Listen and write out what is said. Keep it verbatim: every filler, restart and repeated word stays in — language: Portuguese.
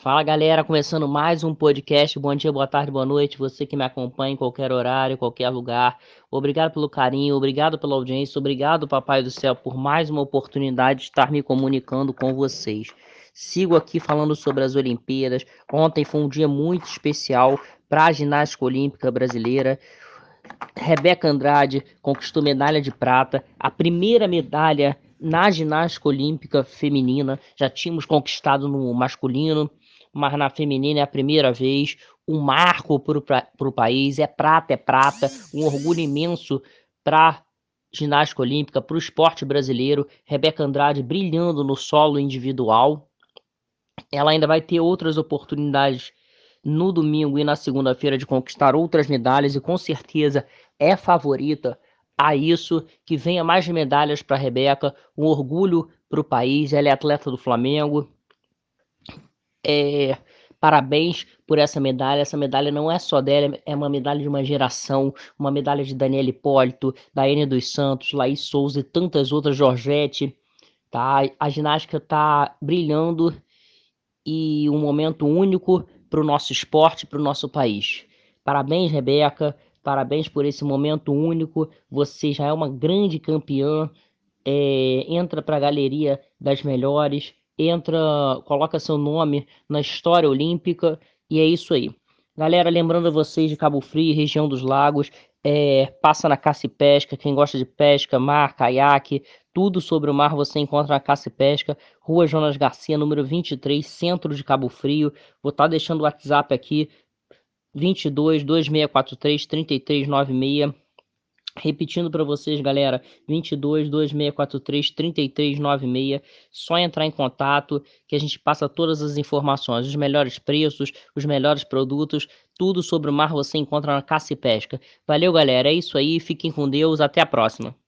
Fala galera, começando mais um podcast. Bom dia, boa tarde, boa noite. Você que me acompanha em qualquer horário, qualquer lugar. Obrigado pelo carinho, obrigado pela audiência, obrigado, Papai do Céu, por mais uma oportunidade de estar me comunicando com vocês. Sigo aqui falando sobre as Olimpíadas. Ontem foi um dia muito especial para a ginástica olímpica brasileira. Rebeca Andrade conquistou medalha de prata, a primeira medalha na ginástica olímpica feminina. Já tínhamos conquistado no masculino, mas na feminina é a primeira vez. Um marco para o país, é prata, é prata, um orgulho imenso para ginástica olímpica, para o esporte brasileiro. Rebeca Andrade brilhando no solo individual. Ela ainda vai ter outras oportunidades no domingo e na segunda-feira de conquistar outras medalhas e com certeza é favorita a isso. Que venha mais medalhas para a Rebeca, um orgulho para o país. Ela é atleta do Flamengo. É, parabéns por essa medalha. Essa medalha não é só dela, é uma medalha de uma geração, uma medalha de Daniela Hipólito, Daiane dos Santos, Laís Souza e tantas outras, Georgette. Tá? A ginástica está brilhando e um momento único para o nosso esporte, para o nosso país. Parabéns, Rebeca, parabéns por esse momento único. Você já é uma grande campeã. É, entra para a galeria das melhores, entra, coloca seu nome na história olímpica e é isso aí. Galera, lembrando a vocês de Cabo Frio, região dos lagos, é, passa na caça e pesca. Quem gosta de pesca, mar, caiaque, tudo sobre o mar você encontra na Caça e Pesca, Rua Jonas Garcia, número vinte e três, centro de Cabo Frio. Vou estar deixando o WhatsApp aqui, vinte e dois, dois seis quatro três, trinta e três noventa e seis. Repetindo para vocês, galera, vinte e dois, dois seis quatro três, trinta e três noventa e seis. Só entrar em contato que a gente passa todas as informações, os melhores preços, os melhores produtos, tudo sobre o mar você encontra na Caça e Pesca. Valeu, galera, é isso aí, fiquem com Deus, até a próxima.